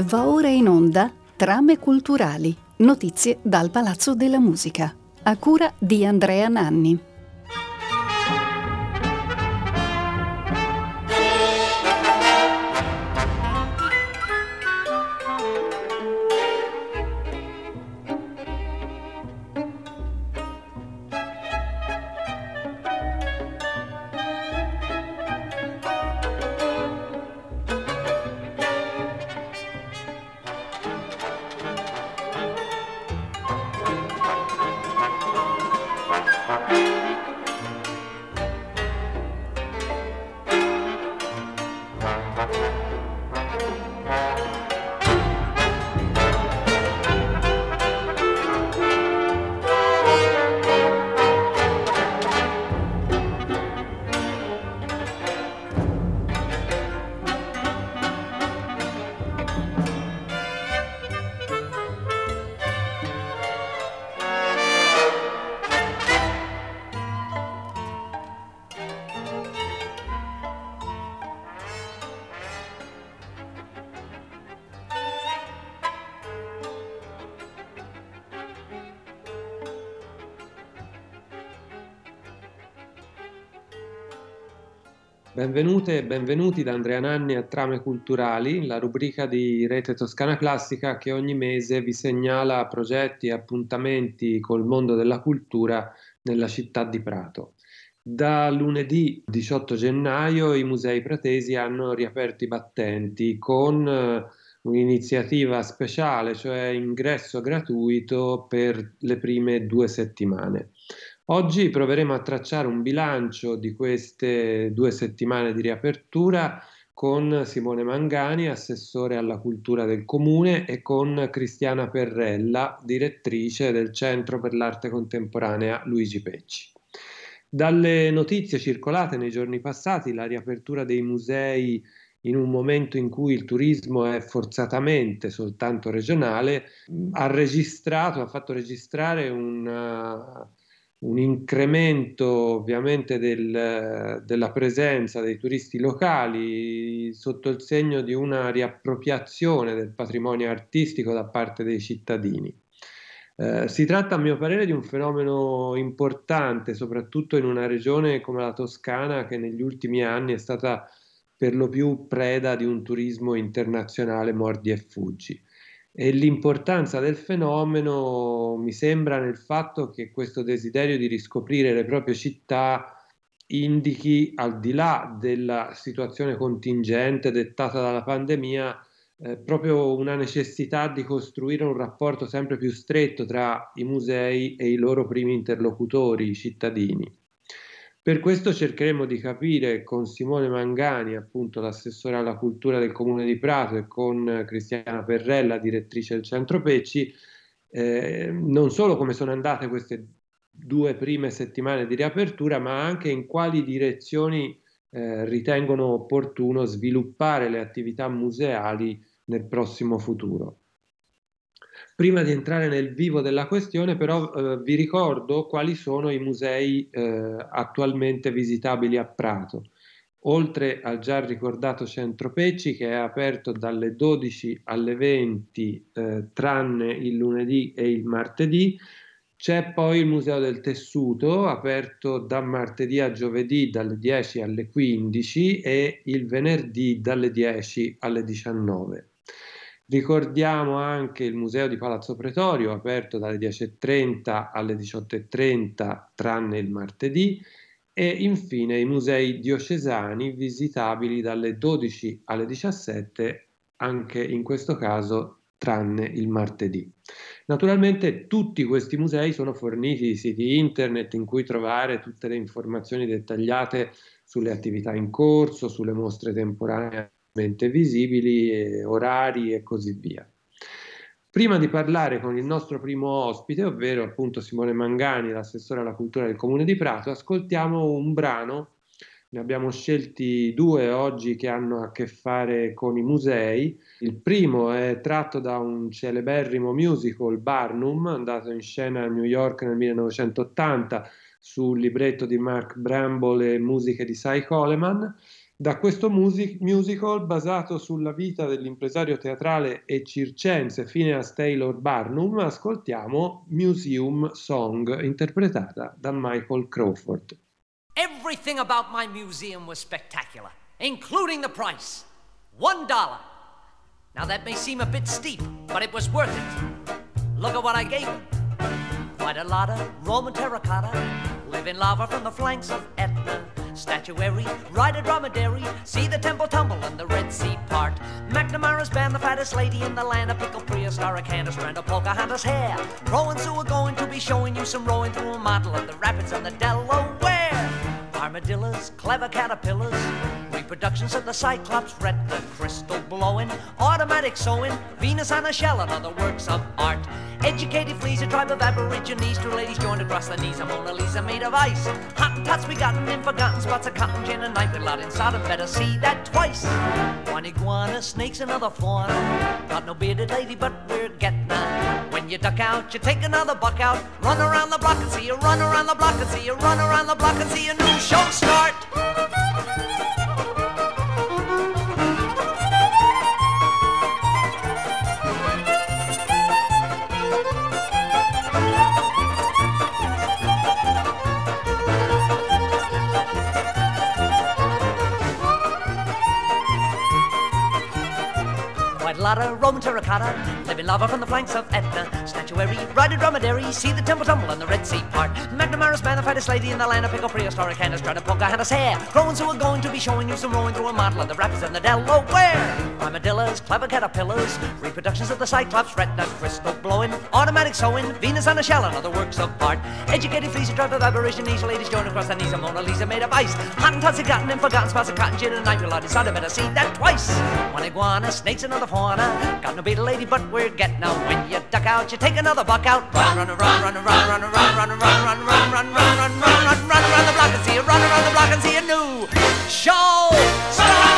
Va ora in onda Trame culturali, notizie dal Palazzo della Musica, a cura di Andrea Nanni. Benvenute e benvenuti da Andrea Nanni a Trame Culturali, la rubrica di Rete Toscana Classica che ogni mese vi segnala progetti e appuntamenti col mondo della cultura nella città di Prato. Da lunedì 18 gennaio i musei pratesi hanno riaperto i battenti con un'iniziativa speciale, cioè ingresso gratuito per le prime 2 settimane. Oggi proveremo a tracciare un bilancio di queste 2 settimane di riapertura con Simone Mangani, assessore alla cultura del comune, e con Cristiana Perrella, direttrice del Centro per l'Arte Contemporanea Luigi Pecci. Dalle notizie circolate nei giorni passati, la riapertura dei musei in un momento in cui il turismo è forzatamente soltanto regionale, ha fatto registrare un incremento ovviamente della presenza dei turisti locali sotto il segno di una riappropriazione del patrimonio artistico da parte dei cittadini. Si tratta, a mio parere, di un fenomeno importante, soprattutto in una regione come la Toscana, che negli ultimi anni è stata per lo più preda di un turismo internazionale mordi e fuggi. E l'importanza del fenomeno mi sembra nel fatto che questo desiderio di riscoprire le proprie città indichi, al di là della situazione contingente dettata dalla pandemia, proprio una necessità di costruire un rapporto sempre più stretto tra i musei e i loro primi interlocutori, i cittadini. Per questo cercheremo di capire con Simone Mangani, appunto l'assessore alla cultura del Comune di Prato, e con Cristiana Perrella, direttrice del Centro Pecci, non solo come sono andate queste 2 prime settimane di riapertura, ma anche in quali direzioni ritengono opportuno sviluppare le attività museali nel prossimo futuro. Prima di entrare nel vivo della questione, però, vi ricordo quali sono i musei attualmente visitabili a Prato. Oltre al già ricordato Centro Pecci, che è aperto dalle 12 alle 20, tranne il lunedì e il martedì, c'è poi il Museo del Tessuto, aperto da martedì a giovedì dalle 10 alle 15 e il venerdì dalle 10 alle 19. Ricordiamo anche il Museo di Palazzo Pretorio, aperto dalle 10:30 alle 18:30, tranne il martedì, e infine i musei diocesani visitabili dalle 12 alle 17, anche in questo caso tranne il martedì. Naturalmente tutti questi musei sono forniti di siti internet in cui trovare tutte le informazioni dettagliate sulle attività in corso, sulle mostre temporaneamente visibili, orari e così via. Prima di parlare con il nostro primo ospite, ovvero appunto Simone Mangani, l'assessore alla cultura del Comune di Prato, ascoltiamo un brano. Ne abbiamo scelti 2 oggi che hanno a che fare con i musei. Il primo è tratto da un celeberrimo musical, Barnum, andato in scena a New York nel 1980 sul libretto di Mark Bramble e musiche di Cy Coleman. Da questo musical basato sulla vita dell'impresario teatrale e circense Phineas Taylor Barnum, ascoltiamo Museum Song, interpretata da Michael Crawford. Everything about my museum was spectacular, including the price. $1. Now that may seem a bit steep, but it was worth it. Look at what I gave him. Quite a lot of Roman terracotta, living lava from the flanks of Etna. Statuary, ride a dromedary, see the temple tumble and the Red Sea part. McNamara's band, the fattest lady in the land, a pickle prehistoric hand, a strand of Pocahontas hair. Rowan Sue are going to be showing you some rowing through a model of the rapids on the Delaware. Armadillos, clever caterpillars, reproductions of the Cyclops, retina, crystal blowing, automatic sewing, Venus on a shell and other works of art. Educated fleas, a tribe of aborigines, two ladies joined across the knees, a Mona Lisa made of ice. Hottentots we gotten in forgotten spots of cotton gin and night with lot inside and better see that twice. One iguana, snakes, another fauna, got no bearded lady but we're getting her. When you duck out, you take another buck out, run around the block and see you, run around the block and see you, run around the block and see a new show start. A lot of Roman terracotta, living lava from the flanks of Etna. Statuary, ride a dromedary, see the temple tumble and the Red Sea part. McNamara's band, the fattest lady in the land, a pickle prehistoric hand, a strand of Pocahontas hair. Rowan Sue are going to be showing you some rowing through a model of the rapids and the Delaware. Armadillos, clever caterpillars, reproductions of the Cyclops, retina, crystal blowing, automatic sewing, Venus on a shell and other works of art. Educated fleas, a tribe of aborigines, ladies joined across the knees, a Mona Lisa made of ice. Hottentots have gotten in forgotten spots of cotton gin and night, we'll decide I better see that twice. One iguana, snakes, another fauna, got no bearded lady, but we're getting out. When you duck out, you take another buck out. Run, run, run, run, run, run, run, run, run, run, run, run, run, run, run, run around the block and see you. Run around the block and see a new show start.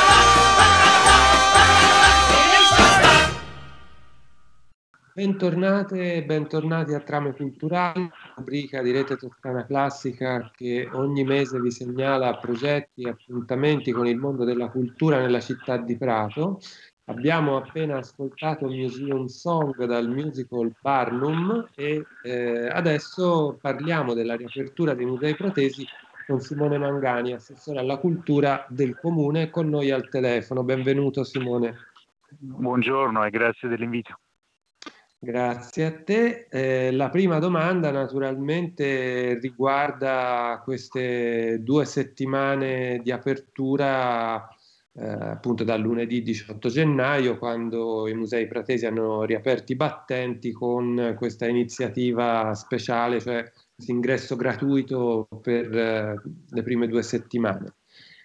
Bentornate e bentornati a Trame Culturali, rubrica di Rete Toscana Classica che ogni mese vi segnala progetti e appuntamenti con il mondo della cultura nella città di Prato. Abbiamo appena ascoltato Museum Song dal musical Barnum e adesso parliamo della riapertura dei musei pratesi con Simone Mangani, assessore alla cultura del comune, con noi al telefono. Benvenuto Simone. Buongiorno e grazie dell'invito. Grazie a te. La prima domanda naturalmente riguarda queste 2 settimane di apertura, appunto dal lunedì 18 gennaio, quando i musei pratesi hanno riaperto i battenti con questa iniziativa speciale, cioè questo ingresso gratuito per le prime 2 settimane.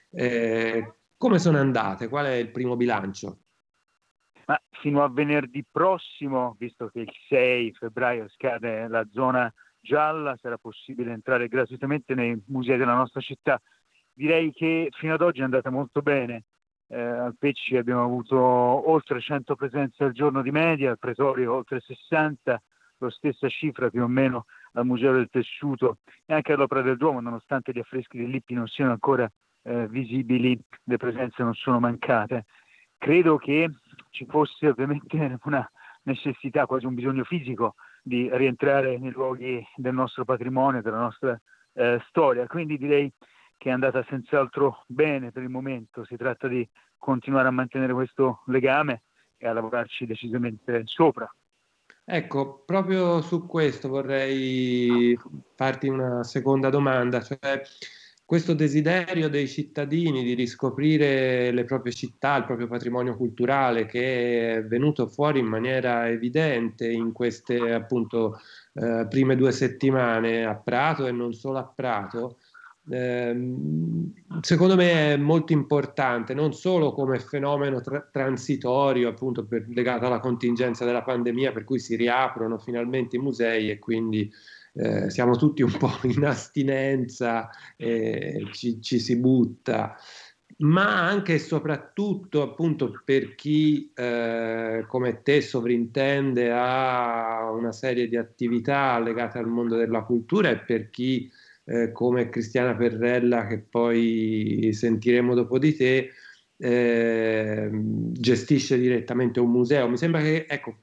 Come sono andate? Qual è il primo bilancio? Ma fino a venerdì prossimo, visto che il 6 febbraio scade la zona gialla, sarà possibile entrare gratuitamente nei musei della nostra città. Direi che fino ad oggi è andata molto bene. Al Pecci abbiamo avuto oltre 100 presenze al giorno di media, al Pretorio oltre 60, la stessa cifra più o meno al Museo del Tessuto e anche all'Opera del Duomo, nonostante gli affreschi dei Lippi non siano ancora visibili, le presenze non sono mancate. Credo che ci fosse ovviamente una necessità, quasi un bisogno fisico di rientrare nei luoghi del nostro patrimonio, della nostra storia. Quindi direi che è andata senz'altro bene per il momento. Si tratta di continuare a mantenere questo legame e a lavorarci decisamente sopra. Ecco, proprio su questo vorrei farti una seconda domanda, cioè questo desiderio dei cittadini di riscoprire le proprie città, il proprio patrimonio culturale, che è venuto fuori in maniera evidente in queste appunto prime 2 settimane a Prato e non solo a Prato, secondo me è molto importante, non solo come fenomeno transitorio, appunto legato alla contingenza della pandemia, per cui si riaprono finalmente i musei e quindi siamo tutti un po' in astinenza, ci si butta, ma anche e soprattutto appunto per chi come te sovrintende a una serie di attività legate al mondo della cultura e per chi come Cristiana Perrella, che poi sentiremo dopo di te, gestisce direttamente un museo. Mi sembra che ecco,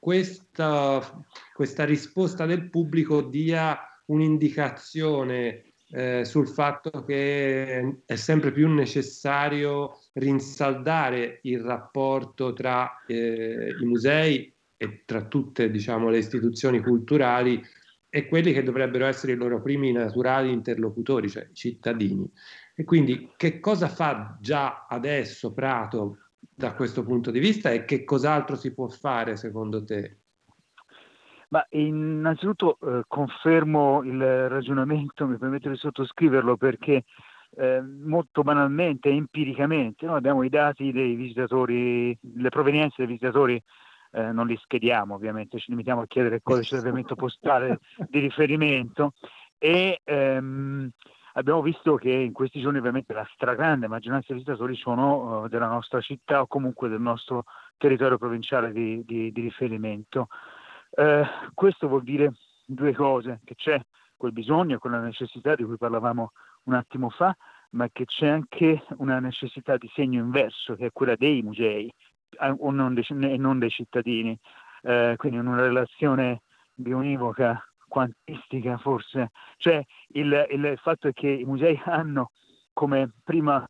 questa risposta del pubblico dia un'indicazione sul fatto che è sempre più necessario rinsaldare il rapporto tra i musei e tra tutte, diciamo, le istituzioni culturali e quelli che dovrebbero essere i loro primi naturali interlocutori, cioè i cittadini. E quindi che cosa fa già adesso Prato da questo punto di vista e che cos'altro si può fare secondo te? Ma innanzitutto confermo il ragionamento, mi permetto di sottoscriverlo perché molto banalmente e empiricamente noi abbiamo i dati dei visitatori, le provenienze dei visitatori, non li schediamo ovviamente, ci limitiamo a chiedere il codice di avviamento postale di riferimento e abbiamo visto che in questi giorni ovviamente la stragrande maggioranza dei visitatori sono della nostra città o comunque del nostro territorio provinciale di riferimento. Questo vuol dire due cose, che c'è quel bisogno, quella necessità di cui parlavamo un attimo fa, ma che c'è anche una necessità di segno inverso, che è quella dei musei e non dei cittadini. Quindi in una relazione bionivoca, quantistica forse, cioè il fatto è che i musei hanno come prima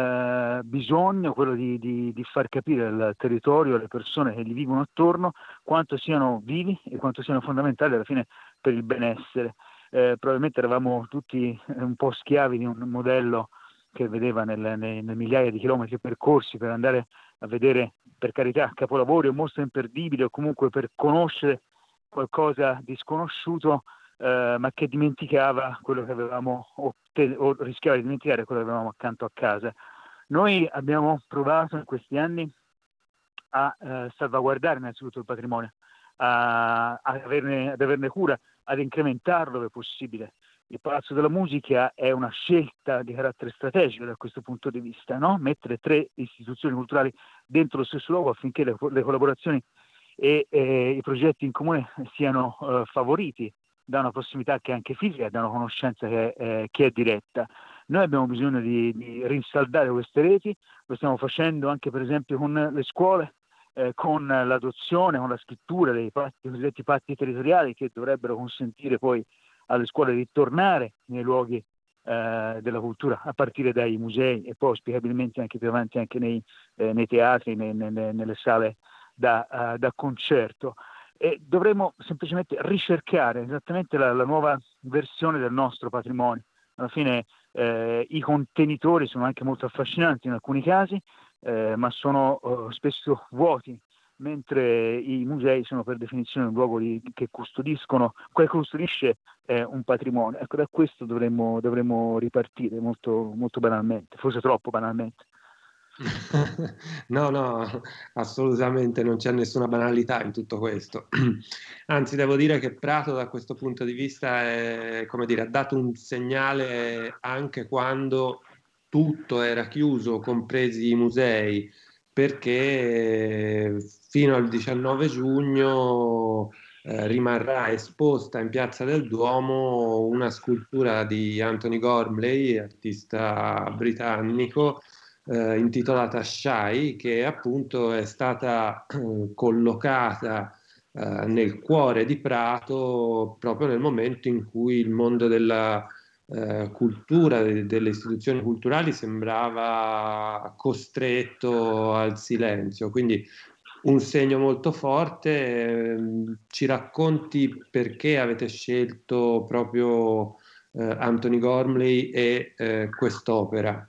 bisogno quello di far capire al territorio, alle persone che gli vivono attorno, quanto siano vivi e quanto siano fondamentali alla fine per il benessere. Probabilmente eravamo tutti un po' schiavi di un modello che vedeva nelle migliaia di chilometri percorsi per andare a vedere, per carità, capolavori o mostre imperdibili o comunque per conoscere qualcosa di sconosciuto, ma che dimenticava quello che avevamo o rischiava di dimenticare quello che avevamo accanto a casa. Noi abbiamo provato in questi anni a salvaguardare innanzitutto il patrimonio, ad averne cura, ad incrementarlo dove possibile. Il Palazzo della Musica è una scelta di carattere strategico da questo punto di vista, no? Mettere 3 istituzioni culturali dentro lo stesso luogo affinché le collaborazioni e i progetti in comune siano favoriti da una prossimità che è anche fisica, da una conoscenza che è diretta. Noi abbiamo bisogno di rinsaldare queste reti, lo stiamo facendo anche per esempio con le scuole, con l'adozione, con la scrittura dei cosiddetti patti territoriali che dovrebbero consentire poi alle scuole di tornare nei luoghi della cultura, a partire dai musei e poi auspicabilmente anche più avanti anche nei teatri, nelle sale da concerto. E dovremmo semplicemente ricercare esattamente la nuova versione del nostro patrimonio. Alla fine i contenitori sono anche molto affascinanti in alcuni casi, ma sono spesso vuoti, mentre i musei sono per definizione un luogo che custodisce un patrimonio. Ecco, da questo dovremmo ripartire molto, molto banalmente, forse troppo banalmente. No, no, assolutamente non c'è nessuna banalità in tutto questo. Anzi, devo dire che Prato da questo punto di vista è, come dire, ha dato un segnale anche quando tutto era chiuso, compresi i musei, perché fino al 19 giugno rimarrà esposta in Piazza del Duomo una scultura di Anthony Gormley, artista britannico, intitolata Shy, che appunto è stata collocata nel cuore di Prato proprio nel momento in cui il mondo della cultura, delle istituzioni culturali sembrava costretto al silenzio. Quindi un segno molto forte. Ci racconti perché avete scelto proprio Anthony Gormley e quest'opera?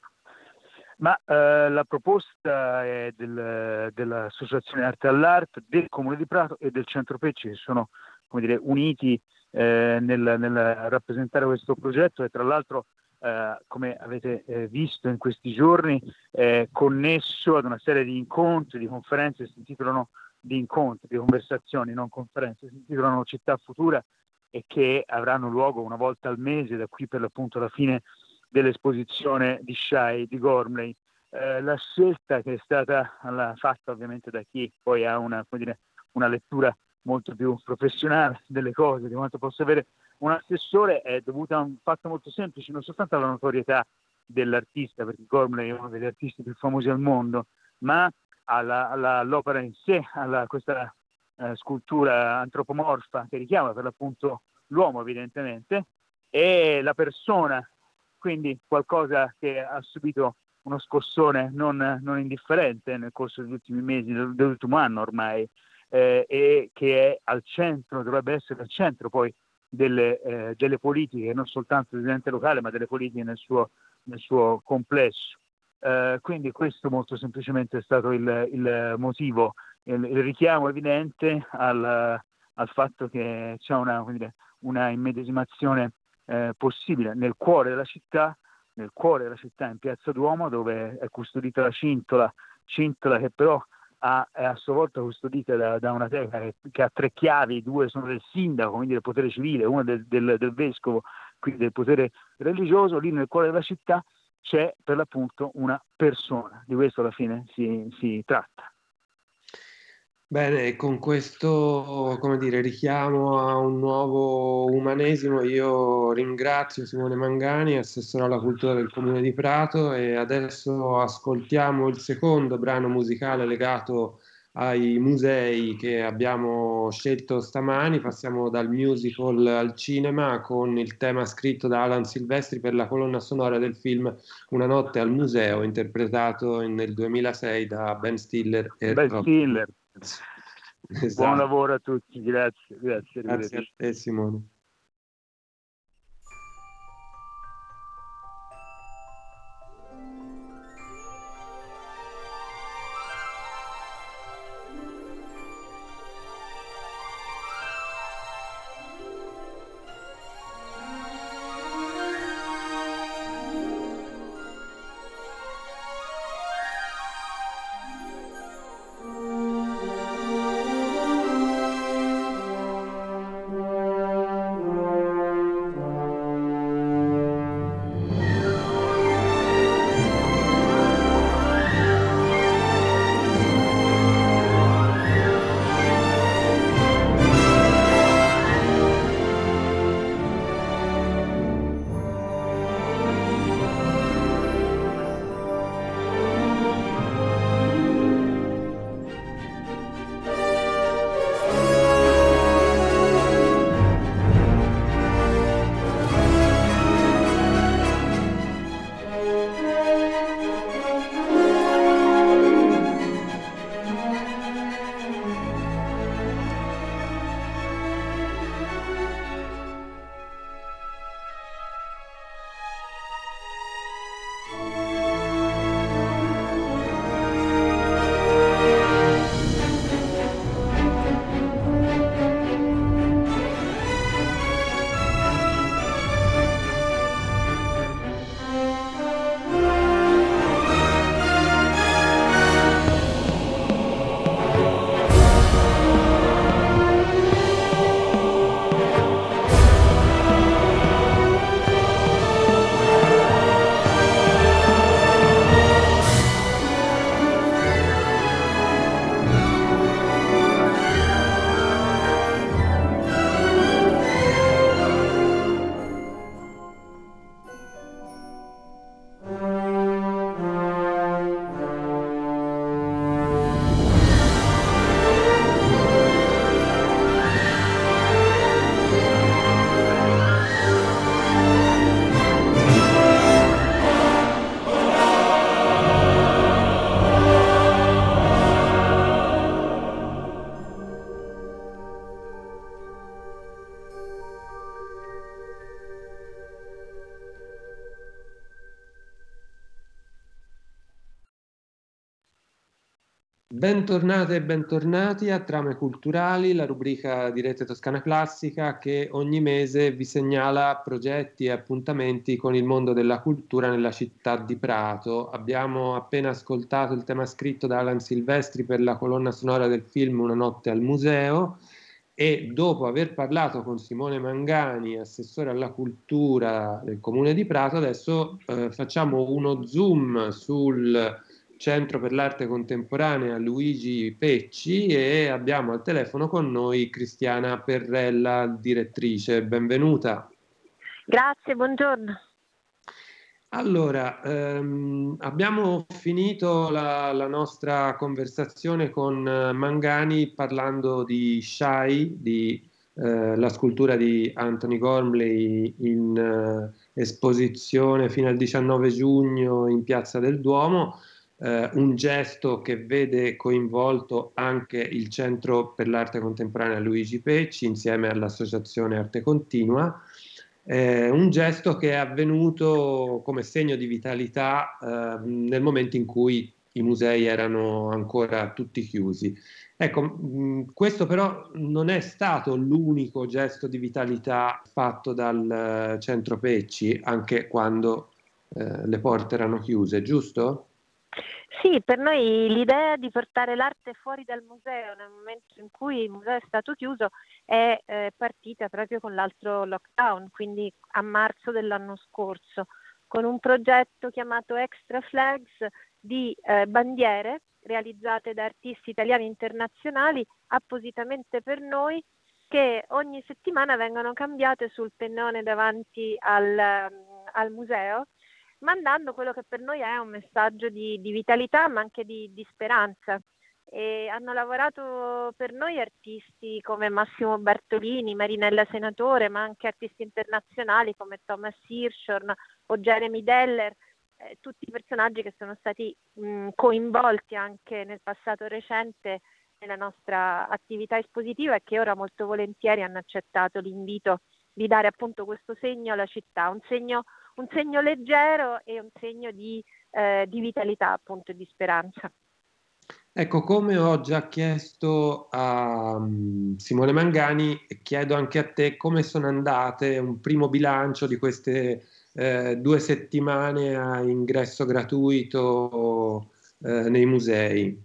Ma la proposta è dell'Associazione Arte all'Arte, del Comune di Prato e del Centro Pecci, che sono, come dire, uniti nel rappresentare questo progetto e tra l'altro, come avete visto in questi giorni, connesso ad una serie di incontri, di conferenze, si intitolano di incontri, di conversazioni, non conferenze, si intitolano Città Futura e che avranno luogo una volta al mese, da qui per l'appunto alla fine dell'esposizione di Shy, di Gormley. La scelta che è stata fatta ovviamente da chi poi ha una lettura molto più professionale delle cose, di quanto possa avere un assessore è dovuta a un fatto molto semplice, non soltanto alla notorietà dell'artista, perché Gormley è uno degli artisti più famosi al mondo, ma all'opera in sé, questa scultura antropomorfa che richiama per l'appunto l'uomo evidentemente, e la persona, quindi qualcosa che ha subito uno scossone non indifferente nel corso degli ultimi mesi, dell'ultimo anno ormai, e che è al centro, dovrebbe essere al centro poi delle politiche, non soltanto dell'ente locale, ma delle politiche nel suo complesso. Quindi questo molto semplicemente è stato il motivo, il richiamo evidente al fatto che c'è una immedesimazione possibile nel cuore della città, in Piazza Duomo, dove è custodita la cintola che però è a sua volta custodita da una teca che ha 3 chiavi, 2 sono del sindaco, quindi del potere civile, una del vescovo, quindi del potere religioso. Lì nel cuore della città c'è per l'appunto una persona, di questo alla fine si tratta. Bene, con questo, richiamo a un nuovo umanesimo, io ringrazio Simone Mangani, assessore alla cultura del Comune di Prato, e adesso ascoltiamo il secondo brano musicale legato ai musei che abbiamo scelto stamani. Passiamo dal musical al cinema con il tema scritto da Alan Silvestri per la colonna sonora del film Una notte al museo, interpretato nel 2006 da Ben Stiller e Ben Stiller. Esatto. Buon lavoro a tutti, grazie. Grazie a te, Simone. Bentornate e bentornati a Trame Culturali, la rubrica di Rete Toscana Classica che ogni mese vi segnala progetti e appuntamenti con il mondo della cultura nella città di Prato. Abbiamo appena ascoltato il tema scritto da Alan Silvestri per la colonna sonora del film Una notte al museo, e dopo aver parlato con Simone Mangani, assessore alla cultura del Comune di Prato, adesso facciamo uno zoom sul Centro per l'Arte Contemporanea Luigi Pecci e abbiamo al telefono con noi Cristiana Perrella, direttrice. Benvenuta. Grazie, buongiorno. Allora, abbiamo finito la nostra conversazione con Mangani parlando di Shy, la scultura di Anthony Gormley in esposizione fino al 19 giugno in Piazza del Duomo, un gesto che vede coinvolto anche il Centro per l'Arte Contemporanea Luigi Pecci insieme all'Associazione Arte Continua. Un gesto che è avvenuto come segno di vitalità nel momento in cui i musei erano ancora tutti chiusi. Ecco, questo però non è stato l'unico gesto di vitalità fatto dal Centro Pecci, anche quando le porte erano chiuse, giusto? Sì, per noi l'idea di portare l'arte fuori dal museo nel momento in cui il museo è stato chiuso è partita proprio con l'altro lockdown, quindi a marzo dell'anno scorso, con un progetto chiamato Extra Flags di bandiere realizzate da artisti italiani internazionali appositamente per noi, che ogni settimana vengono cambiate sul pennone davanti al museo, mandando quello che per noi è un messaggio di vitalità ma anche di speranza. E hanno lavorato per noi artisti come Massimo Bartolini, Marinella Senatore, ma anche artisti internazionali come Thomas Hirschhorn o Jeremy Deller, tutti personaggi che sono stati coinvolti anche nel passato recente nella nostra attività espositiva e che ora molto volentieri hanno accettato l'invito di dare appunto questo segno alla città, un segno leggero e un segno di vitalità, appunto, e di speranza. Ecco, come ho già chiesto a Simone Mangani, chiedo anche a te come sono andate un primo bilancio di queste 2 settimane a ingresso gratuito nei musei.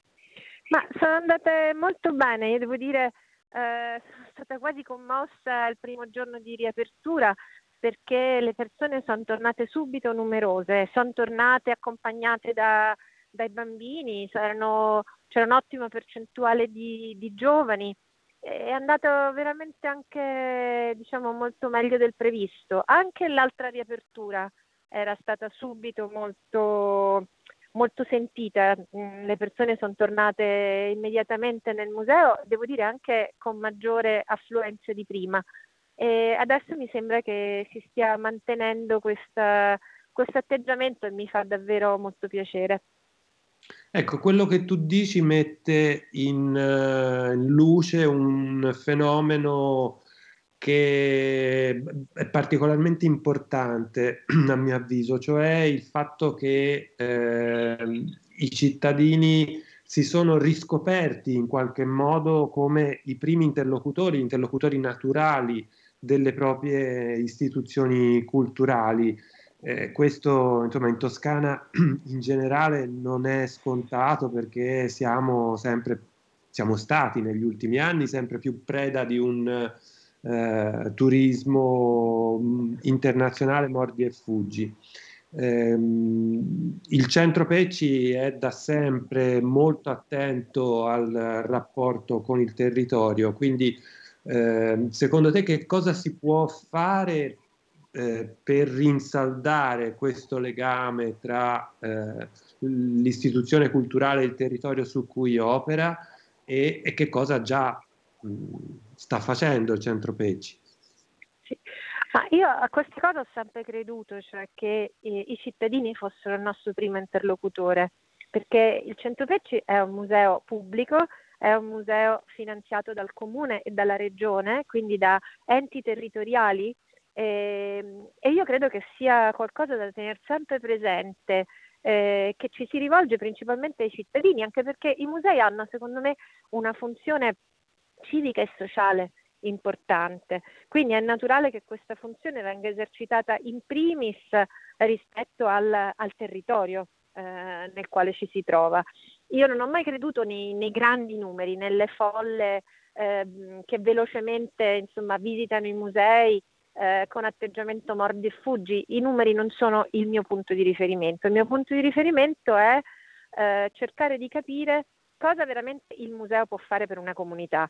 Ma sono andate molto bene, io devo dire, sono stata quasi commossa il primo giorno di riapertura, perché le persone sono tornate subito numerose, sono tornate accompagnate dai bambini, c'era un'ottima percentuale di giovani, è andato veramente anche, diciamo, molto meglio del previsto. Anche l'altra riapertura era stata subito molto sentita, le persone sono tornate immediatamente nel museo, devo dire anche con maggiore affluenza di prima. E adesso mi sembra che si stia mantenendo questo atteggiamento e mi fa davvero molto piacere. Ecco, quello che tu dici mette in luce un fenomeno che è particolarmente importante, a mio avviso, cioè il fatto che i cittadini si sono riscoperti in qualche modo come i primi interlocutori naturali delle proprie istituzioni culturali. Questo, insomma, in Toscana in generale non è scontato perché siamo stati negli ultimi anni sempre più preda di un turismo internazionale mordi e fuggi. Il Centro Pecci è da sempre molto attento al rapporto con il territorio, quindi secondo te che cosa si può fare per rinsaldare questo legame tra l'istituzione culturale e il territorio su cui opera e che cosa già sta facendo il Centro Pecci? Sì. Ma io a queste cose ho sempre creduto, cioè che i cittadini fossero il nostro primo interlocutore, perché il Centro Pecci è un museo pubblico, è un museo finanziato dal comune e dalla regione, quindi da enti territoriali, e io credo che sia qualcosa da tenere sempre presente, che ci si rivolge principalmente ai cittadini, anche perché i musei hanno, secondo me, una funzione civica e sociale importante. Quindi è naturale che questa funzione venga esercitata in primis rispetto al territorio nel quale ci si trova. Io non ho mai creduto nei grandi numeri, nelle folle che velocemente, insomma, visitano i musei con atteggiamento mordi e fuggi. I numeri non sono il mio punto di riferimento. Il mio punto di riferimento è cercare di capire cosa veramente il museo può fare per una comunità.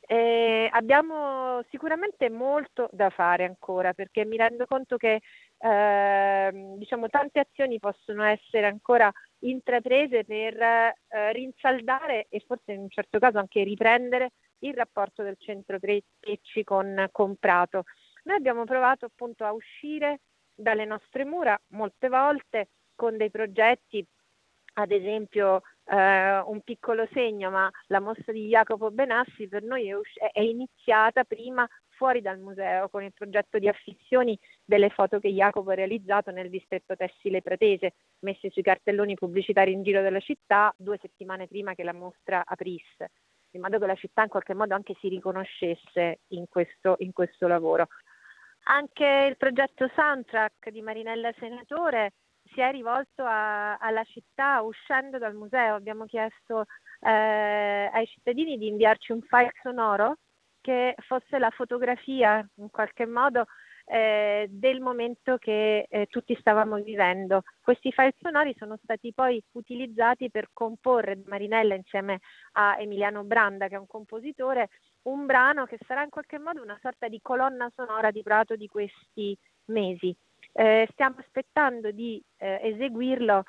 Abbiamo sicuramente molto da fare ancora, perché mi rendo conto che diciamo, tante azioni possono essere ancora intraprese per rinsaldare e forse in un certo caso anche riprendere il rapporto del centro Pecci con Prato. Noi abbiamo provato appunto a uscire dalle nostre mura molte volte con dei progetti, ad esempio un piccolo segno, ma la mostra di Jacopo Benassi per noi è iniziata prima fuori dal museo con il progetto di affissioni delle foto che Jacopo ha realizzato nel distretto tessile pratese, messe sui cartelloni pubblicitari in giro della città 2 settimane prima che la mostra aprisse, in modo che la città in qualche modo anche si riconoscesse in questo lavoro. Anche il progetto Soundtrack di Marinella Senatore si è rivolto alla città uscendo dal museo. Abbiamo chiesto ai cittadini di inviarci un file sonoro che fosse la fotografia in qualche modo del momento che tutti stavamo vivendo. Questi file sonori sono stati poi utilizzati per comporre Marinella insieme a Emiliano Branda, che è un compositore, un brano che sarà in qualche modo una sorta di colonna sonora di Prato di questi mesi. Stiamo aspettando di eseguirlo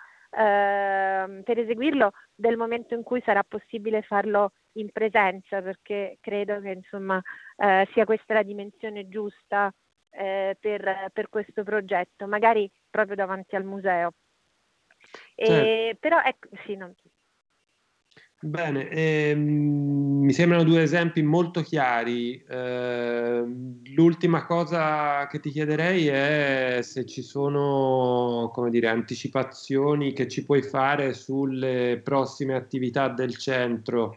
per eseguirlo del momento in cui sarà possibile farlo in presenza, perché credo che insomma sia questa la dimensione giusta per questo progetto, magari proprio davanti al museo. Certo. Però ecco, sì, non... Bene, mi sembrano 2 esempi molto chiari. L'ultima cosa che ti chiederei è se ci sono, come dire, anticipazioni che ci puoi fare sulle prossime attività del centro.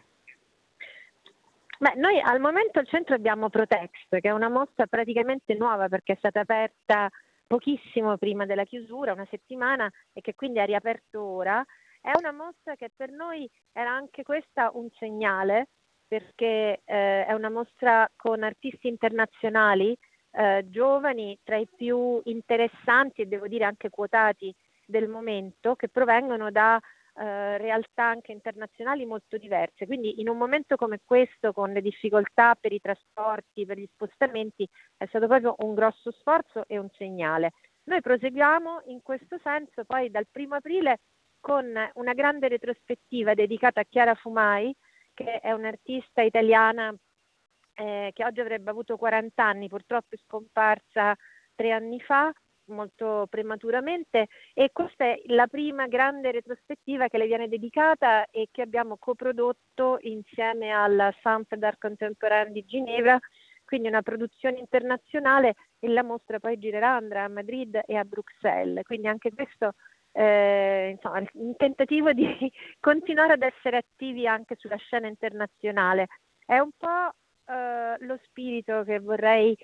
Beh, noi al momento al centro abbiamo Protext, che è una mostra praticamente nuova perché è stata aperta pochissimo prima della chiusura, una settimana, e che quindi ha riaperto ora. È una mostra che per noi era anche questa un segnale, perché è una mostra con artisti internazionali, giovani, tra i più interessanti e devo dire anche quotati del momento, che provengono da realtà anche internazionali molto diverse. Quindi in un momento come questo, con le difficoltà per i trasporti, per gli spostamenti, è stato proprio un grosso sforzo e un segnale. Noi proseguiamo in questo senso poi dal 1° aprile con una grande retrospettiva dedicata a Chiara Fumai, che è un'artista italiana che oggi avrebbe avuto 40 anni, purtroppo è scomparsa 3 anni fa, molto prematuramente, e questa è la prima grande retrospettiva che le viene dedicata e che abbiamo coprodotto insieme al Centre d'Art Contemporain di Ginevra, quindi una produzione internazionale, e la mostra poi girerà, andrà a Madrid e a Bruxelles, quindi anche questo insomma, un tentativo di continuare ad essere attivi anche sulla scena internazionale. È un po' lo spirito che vorrei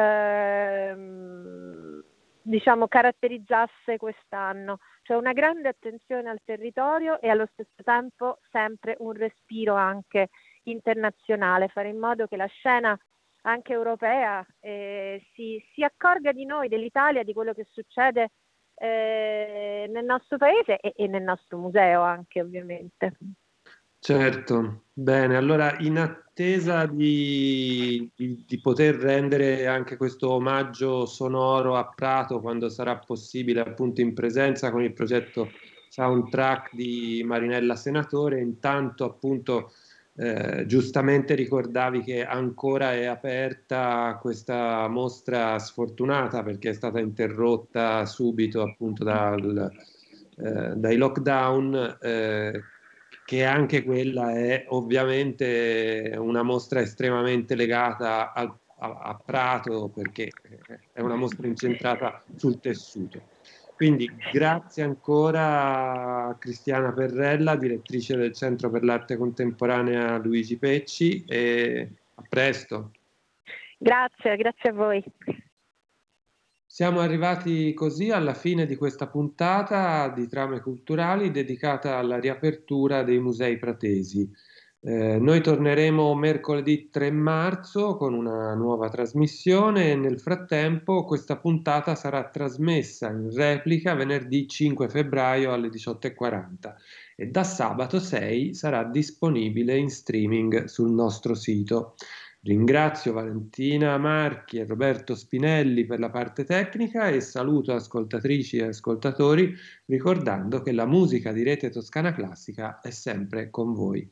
diciamo caratterizzasse quest'anno, cioè una grande attenzione al territorio e allo stesso tempo sempre un respiro anche internazionale, fare in modo che la scena anche europea si accorga di noi, dell'Italia, di quello che succede nel nostro paese e nel nostro museo anche, ovviamente. Certo, bene, allora in attesa di poter rendere anche questo omaggio sonoro a Prato quando sarà possibile, appunto in presenza con il progetto Soundtrack di Marinella Senatore, intanto appunto giustamente ricordavi che ancora è aperta questa mostra sfortunata perché è stata interrotta subito appunto dai lockdown, che anche quella è ovviamente una mostra estremamente legata a Prato perché è una mostra incentrata sul tessuto. Quindi grazie ancora a Cristiana Perrella, direttrice del Centro per l'Arte Contemporanea Luigi Pecci, e a presto. Grazie a voi. Siamo arrivati così alla fine di questa puntata di Trame Culturali dedicata alla riapertura dei musei pratesi. Noi torneremo mercoledì 3 marzo con una nuova trasmissione e nel frattempo questa puntata sarà trasmessa in replica venerdì 5 febbraio alle 18:40 e da sabato 6 sarà disponibile in streaming sul nostro sito. Ringrazio Valentina Marchi e Roberto Spinelli per la parte tecnica e saluto ascoltatrici e ascoltatori ricordando che la musica di Rete Toscana Classica è sempre con voi.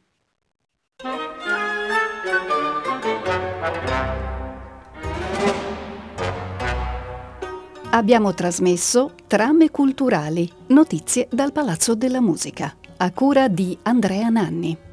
Abbiamo trasmesso Trame culturali, notizie dal Palazzo della Musica, a cura di Andrea Nanni.